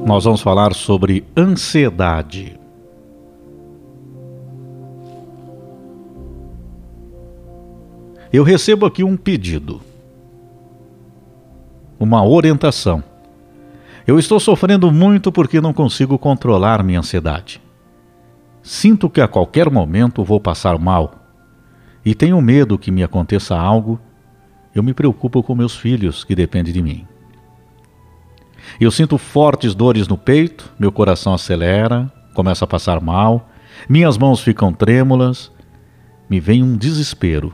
Nós vamos falar sobre ansiedade. Eu recebo aqui um pedido, uma orientação. Eu estou sofrendo muito porque não consigo controlar minha ansiedade. Sinto que a qualquer momento vou passar mal e tenho medo que me aconteça algo. Eu me preocupo com meus filhos que dependem de mim. Eu sinto fortes dores no peito, meu coração acelera, começa a passar mal, minhas mãos ficam trêmulas, me vem um desespero.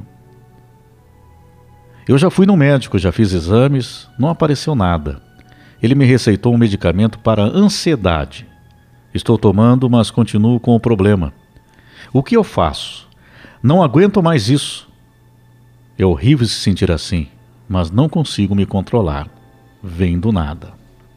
Eu já fui no médico, já fiz exames, não apareceu nada. Ele me receitou um medicamento para ansiedade. Estou tomando, mas continuo com o problema. O que eu faço? Não aguento mais isso. É horrível se sentir assim, mas não consigo me controlar. Vem do nada.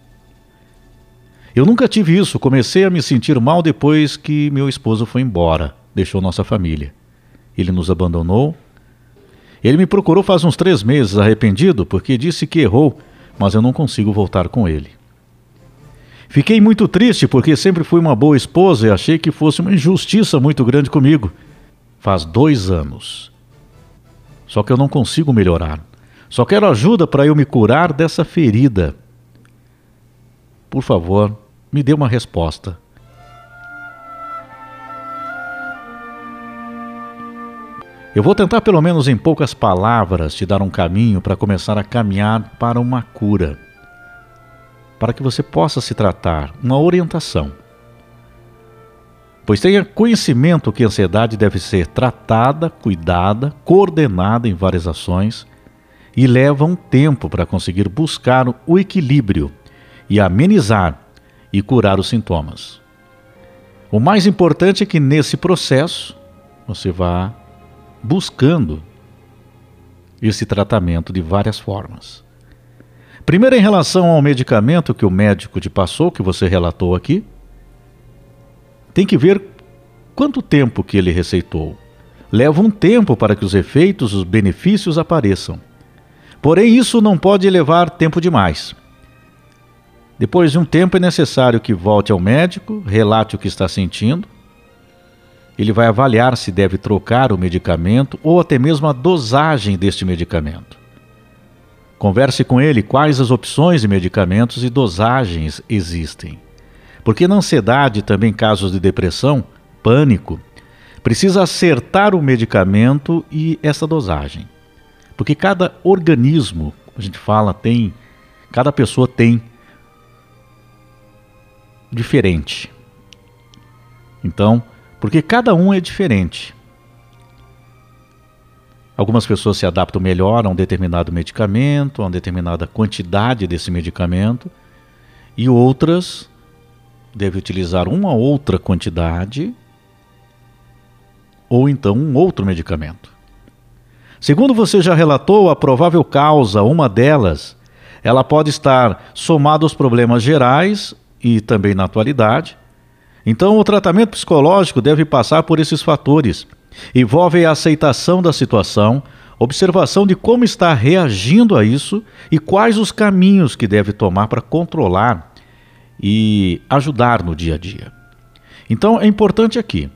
Eu nunca tive isso, comecei a me sentir mal depois que meu esposo foi embora, deixou nossa família. Ele nos abandonou. Ele me procurou faz uns 3 meses, arrependido, porque disse que errou, mas eu não consigo voltar com ele. Fiquei muito triste porque sempre fui uma boa esposa e achei que fosse uma injustiça muito grande comigo. Faz 2 anos. Só que eu não consigo melhorar. Só quero ajuda para eu me curar dessa ferida. Por favor, me dê uma resposta. Eu vou tentar, pelo menos em poucas palavras, te dar um caminho para começar a caminhar para uma cura. Para que você possa se tratar, uma orientação. Pois tenha conhecimento que a ansiedade deve ser tratada, cuidada, coordenada em várias ações e leva um tempo para conseguir buscar o equilíbrio e amenizar e curar os sintomas. O mais importante é que nesse processo você vá buscando esse tratamento de várias formas. Primeiro, em relação ao medicamento que o médico te passou, que você relatou aqui, tem que ver quanto tempo que ele receitou. Leva um tempo para que os efeitos, os benefícios apareçam. Porém, isso não pode levar tempo demais. Depois de um tempo é necessário que volte ao médico, relate o que está sentindo. Ele vai avaliar se deve trocar o medicamento ou até mesmo a dosagem deste medicamento. Converse com ele quais as opções de medicamentos e dosagens existem. Porque na ansiedade, também casos de depressão, pânico, precisa acertar o medicamento e essa dosagem. Porque cada organismo, a gente fala, cada pessoa tem diferente. Então, porque cada um é diferente. Algumas pessoas se adaptam melhor a um determinado medicamento, a uma determinada quantidade desse medicamento, e outras devem utilizar uma outra quantidade ou então um outro medicamento. Segundo você já relatou, a provável causa, uma delas, ela pode estar somada aos problemas gerais e também na atualidade. Então, o tratamento psicológico deve passar por esses fatores. Envolve a aceitação da situação, observação de como está reagindo a isso e quais os caminhos que deve tomar para controlar e ajudar no dia a dia. Então, é importante aqui,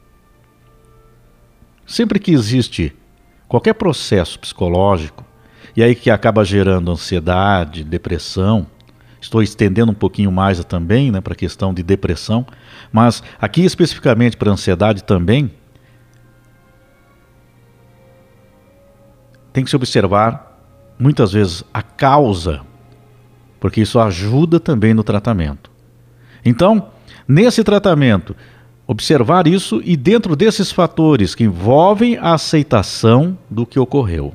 sempre que existe qualquer processo psicológico, e aí que acaba gerando ansiedade, depressão, estou estendendo um pouquinho mais também, para a questão de depressão, mas aqui especificamente para a ansiedade também, tem que se observar muitas vezes a causa, porque isso ajuda também no tratamento. Então, nesse tratamento, observar isso e dentro desses fatores que envolvem a aceitação do que ocorreu.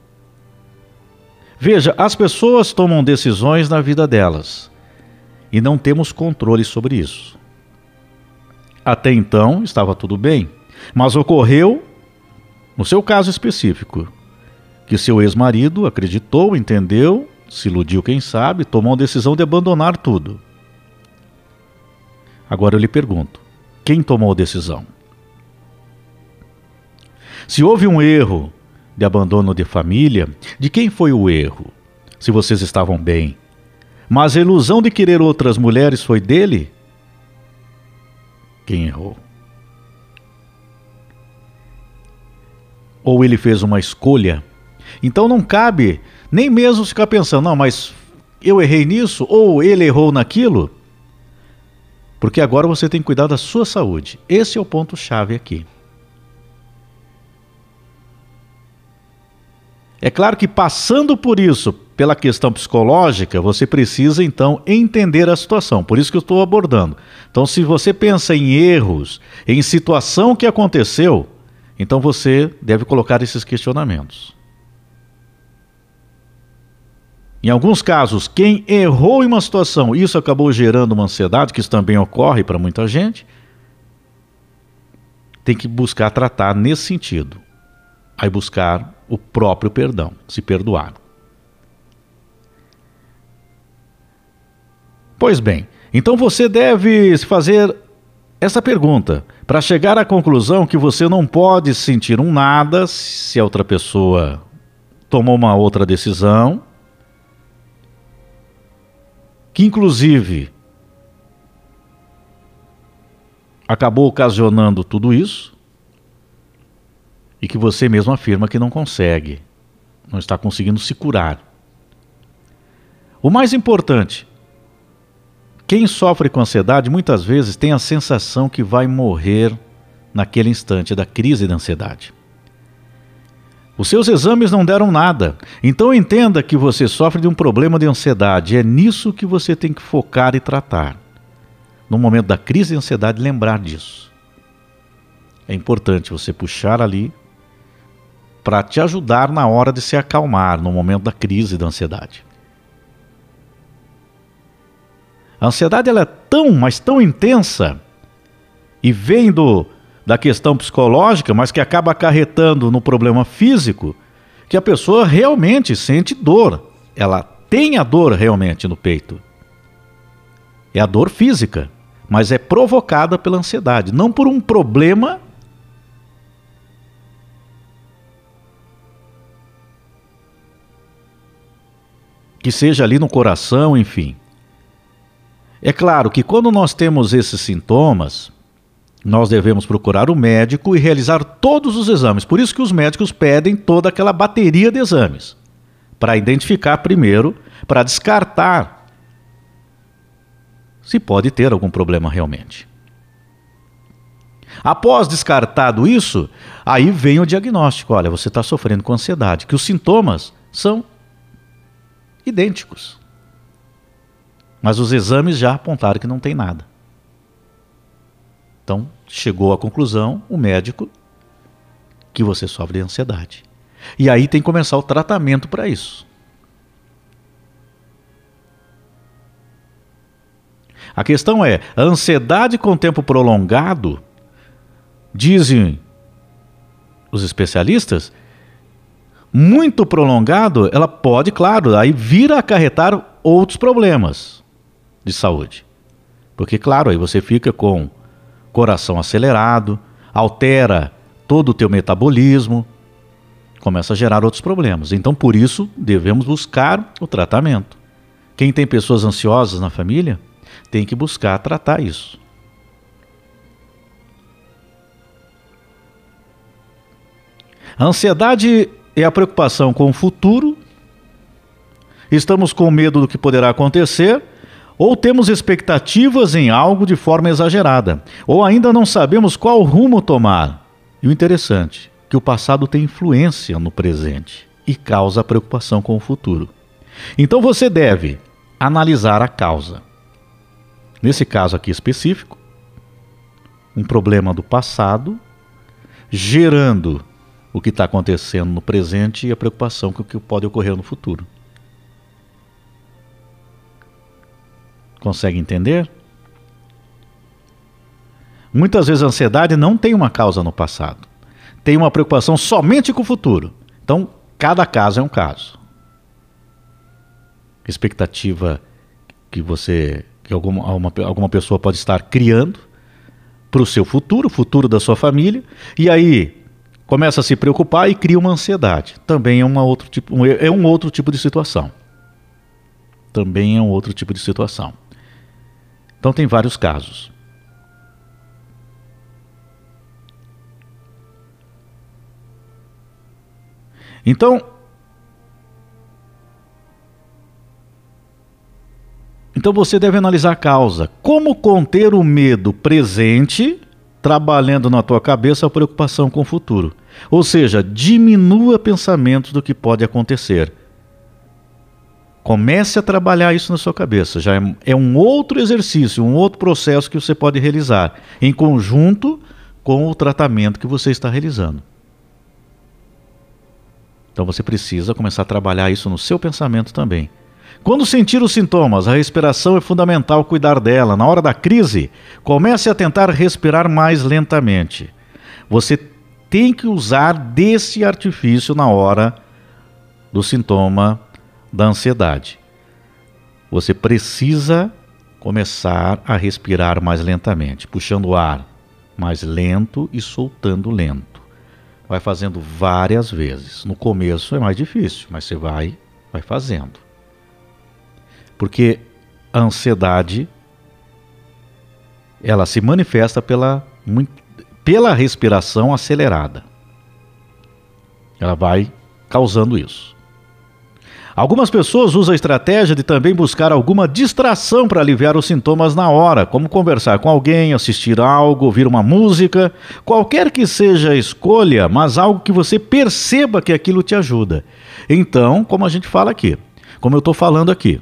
Veja, as pessoas tomam decisões na vida delas e não temos controle sobre isso. Até então estava tudo bem, mas ocorreu, no seu caso específico, que seu ex-marido acreditou, entendeu, se iludiu quem sabe, tomou a decisão de abandonar tudo. Agora eu lhe pergunto, quem tomou a decisão? Se houve um erro de abandono de família, de quem foi o erro? Se vocês estavam bem. mas a ilusão de querer outras mulheres foi dele, quem errou? Ou ele fez uma escolha? Então não cabe nem mesmo ficar pensando, não, mas eu errei nisso, ou ele errou naquilo, porque agora você tem que cuidar da sua saúde. Esse é o ponto-chave aqui. É claro que passando por isso, pela questão psicológica, você precisa então entender a situação. Por isso que eu estou abordando. Então, se você pensa em erros, em situação que aconteceu, então você deve colocar esses questionamentos. Em alguns casos, quem errou em uma situação, isso acabou gerando uma ansiedade, que isso também ocorre para muita gente, tem que buscar tratar nesse sentido. Aí buscar o próprio perdão, se perdoar. Pois bem, então você deve fazer essa pergunta para chegar à conclusão que você não pode sentir um nada se a outra pessoa tomou uma outra decisão, que inclusive acabou ocasionando tudo isso, e que você mesmo afirma que não consegue, não está conseguindo se curar. O mais importante, quem sofre com ansiedade muitas vezes tem a sensação que vai morrer naquele instante da crise de ansiedade. Os seus exames não deram nada, então entenda que você sofre de um problema de ansiedade. É nisso que você tem que focar e tratar. No momento da crise de ansiedade, lembrar disso. É importante você puxar ali para te ajudar na hora de se acalmar, no momento da crise da ansiedade. A ansiedade ela é tão, mas tão intensa e vem da questão psicológica, mas que acaba acarretando no problema físico, que a pessoa realmente sente dor. Ela tem a dor realmente no peito. É a dor física, mas é provocada pela ansiedade, não por um problema que seja ali no coração, enfim. É claro que quando nós temos esses sintomas, nós devemos procurar o médico e realizar todos os exames. Por isso que os médicos pedem toda aquela bateria de exames, para identificar primeiro, para descartar se pode ter algum problema realmente. Após descartado isso, aí vem o diagnóstico. Olha, você está sofrendo com ansiedade, que os sintomas são idênticos. Mas os exames já apontaram que não tem nada. Então, chegou à conclusão, o médico, que você sofre de ansiedade. E aí tem que começar o tratamento para isso. A questão é, a ansiedade com tempo prolongado, dizem os especialistas, muito prolongado, ela pode, claro, aí vir a acarretar outros problemas de saúde. Porque, claro, aí você fica com coração acelerado, altera todo o teu metabolismo, começa a gerar outros problemas. Então, por isso, devemos buscar o tratamento. Quem tem pessoas ansiosas na família, tem que buscar tratar isso. A ansiedade é a preocupação com o futuro, estamos com medo do que poderá acontecer, ou temos expectativas em algo de forma exagerada, ou ainda não sabemos qual rumo tomar. E o interessante, que o passado tem influência no presente e causa preocupação com o futuro. Então você deve analisar a causa. Nesse caso aqui específico, um problema do passado, gerando o que está acontecendo no presente e a preocupação com o que pode ocorrer no futuro. Consegue entender? Muitas vezes a ansiedade não tem uma causa no passado. Tem uma preocupação somente com o futuro. Então, cada caso é um caso. Expectativa que alguma pessoa pode estar criando para o seu futuro, o futuro da sua família, e aí começa a se preocupar e cria uma ansiedade. Também é um outro tipo de situação. também é um outro tipo de situação. Então tem vários casos. Então você deve analisar a causa. Como conter o medo presente, trabalhando na tua cabeça a preocupação com o futuro. Ou seja, diminua pensamentos do que pode acontecer. Comece a trabalhar isso na sua cabeça. Já é um outro exercício, um outro processo que você pode realizar, em conjunto com o tratamento que você está realizando. Então você precisa começar a trabalhar isso no seu pensamento também. Quando sentir os sintomas, a respiração é fundamental cuidar dela. Na hora da crise, comece a tentar respirar mais lentamente. Você tem que usar desse artifício na hora do sintoma da ansiedade. Você precisa começar a respirar mais lentamente, puxando o ar mais lento e soltando lento. Vai fazendo várias vezes. No começo é mais difícil, mas você vai fazendo. Porque a ansiedade, ela se manifesta pela respiração acelerada. Ela vai causando isso. Algumas pessoas usam a estratégia de também buscar alguma distração para aliviar os sintomas na hora, como conversar com alguém, assistir algo, ouvir uma música, qualquer que seja a escolha, mas algo que você perceba que aquilo te ajuda. Então, como a gente fala aqui, como eu estou falando aqui,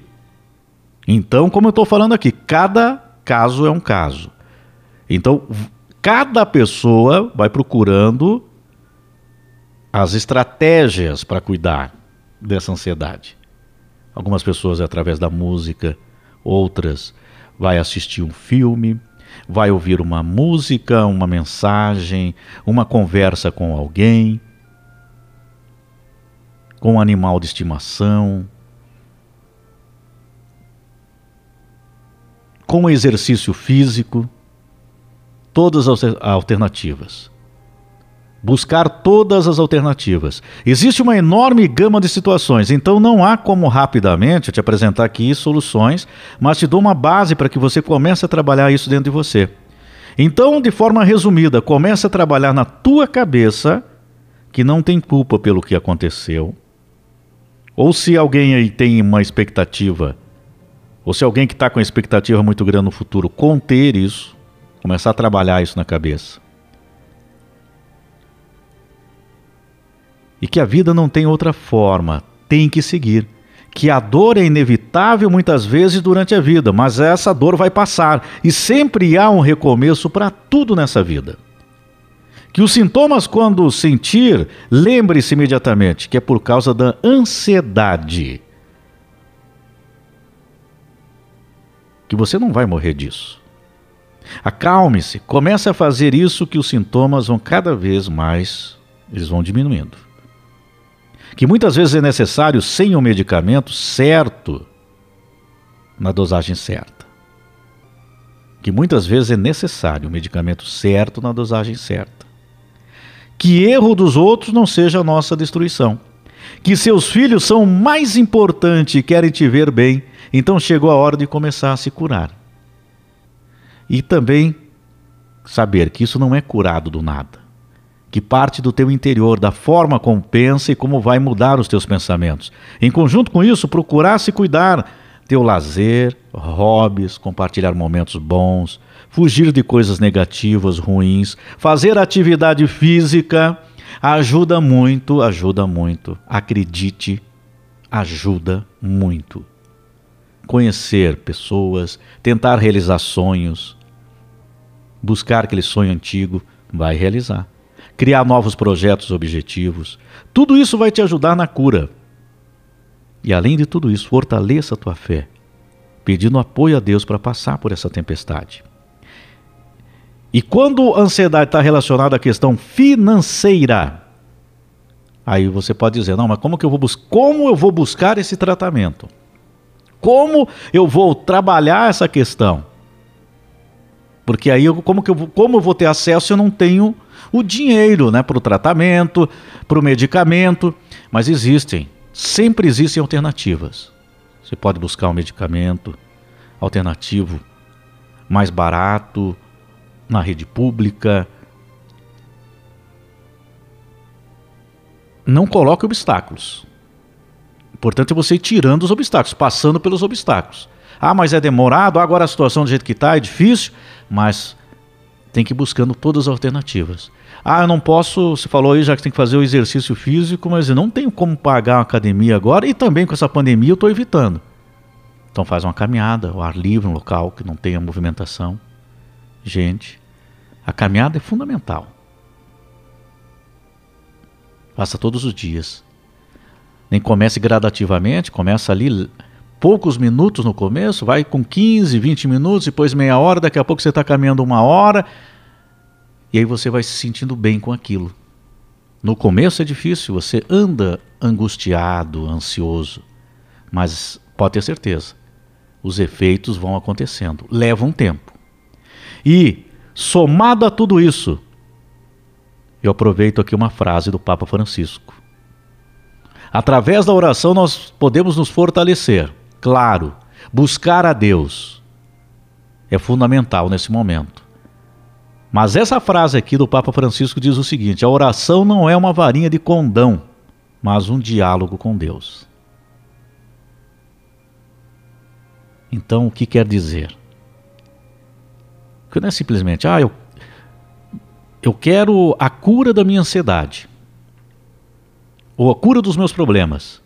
cada caso é um caso. Então, cada pessoa vai procurando as estratégias para cuidar dessa ansiedade. Algumas pessoas é através da música, outras vai assistir um filme, vai ouvir uma música, uma mensagem, uma conversa com alguém, com um animal de estimação, com exercício físico, todas as alternativas. Buscar todas as alternativas. Existe uma enorme gama de situações, então não há como rapidamente te apresentar aqui soluções, mas te dou uma base para que você comece a trabalhar isso dentro de você. Então, de forma resumida, comece a trabalhar na tua cabeça que não tem culpa pelo que aconteceu, ou se alguém aí tem uma expectativa, ou se alguém que está com a expectativa muito grande no futuro, conter isso, começar a trabalhar isso na cabeça. E que a vida não tem outra forma, tem que seguir. Que a dor é inevitável muitas vezes durante a vida, mas essa dor vai passar. E sempre há um recomeço para tudo nessa vida. Que os sintomas, quando sentir, lembre-se imediatamente que é por causa da ansiedade. Que você não vai morrer disso. Acalme-se, comece a fazer isso que os sintomas vão cada vez mais, eles vão diminuindo. Que muitas vezes é necessário sem o medicamento certo, na dosagem certa. Que muitas vezes é necessário o medicamento certo na dosagem certa. Que erro dos outros não seja a nossa destruição. Que seus filhos são o mais importante e querem te ver bem, então chegou a hora de começar a se curar. E também saber que isso não é curado do nada. Que parte do teu interior, da forma como pensa e como vai mudar os teus pensamentos. Em conjunto com isso, procurar se cuidar, teu lazer, hobbies, compartilhar momentos bons, fugir de coisas negativas, ruins, fazer atividade física, ajuda muito, acredite, ajuda muito. Conhecer pessoas, tentar realizar sonhos, buscar aquele sonho antigo, vai realizar. Criar novos projetos, objetivos. Tudo isso vai te ajudar na cura. E além de tudo isso, fortaleça a tua fé, pedindo apoio a Deus para passar por essa tempestade. E quando a ansiedade está relacionada à questão financeira, aí você pode dizer, não, mas como eu vou buscar esse tratamento? Como eu vou trabalhar essa questão? Porque aí como eu vou ter acesso se eu não tenho o dinheiro, né, para o tratamento, para o medicamento? Mas sempre existem alternativas. Você pode buscar um medicamento alternativo mais barato, na rede pública. Não coloque obstáculos. O importante é você ir tirando os obstáculos, passando pelos obstáculos. Ah, mas é demorado, agora a situação do jeito que está é difícil, mas tem que ir buscando todas as alternativas. Ah, eu não posso, você falou aí já que tem que fazer o exercício físico, mas eu não tenho como pagar uma academia agora e também com essa pandemia eu estou evitando. Então faz uma caminhada, ao ar livre, um local que não tenha movimentação. Gente, a caminhada é fundamental. Faça todos os dias. Nem comece gradativamente, começa ali poucos minutos no começo, vai com 15, 20 minutos, depois meia hora, daqui a pouco você está caminhando 1 hora, e aí você vai se sentindo bem com aquilo. No começo é difícil, você anda angustiado, ansioso, mas pode ter certeza, os efeitos vão acontecendo, leva um tempo. E, somado a tudo isso, eu aproveito aqui uma frase do Papa Francisco. Através da oração nós podemos nos fortalecer. Claro, buscar a Deus é fundamental nesse momento. Mas essa frase aqui do Papa Francisco diz o seguinte: a oração não é uma varinha de condão, mas um diálogo com Deus. Então, o que quer dizer? Que não é simplesmente, eu quero a cura da minha ansiedade, ou a cura dos meus problemas.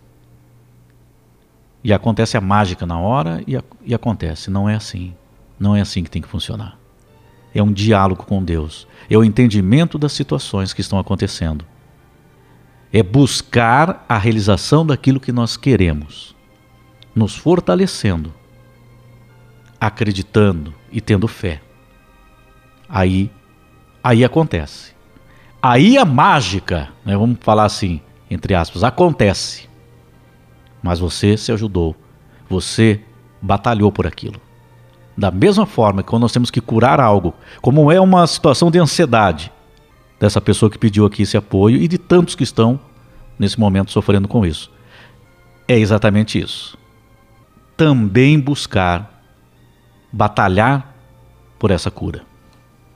E acontece a mágica na hora e acontece. Não é assim. Não é assim que tem que funcionar. É um diálogo com Deus. É o entendimento das situações que estão acontecendo. É buscar a realização daquilo que nós queremos. Nos fortalecendo. Acreditando e tendo fé. Aí acontece. Aí a mágica, né, vamos falar assim, entre aspas, acontece. Mas você se ajudou, você batalhou por aquilo. Da mesma forma que quando nós temos que curar algo, como é uma situação de ansiedade dessa pessoa que pediu aqui esse apoio e de tantos que estão nesse momento sofrendo com isso. É exatamente isso. Também buscar, batalhar por essa cura.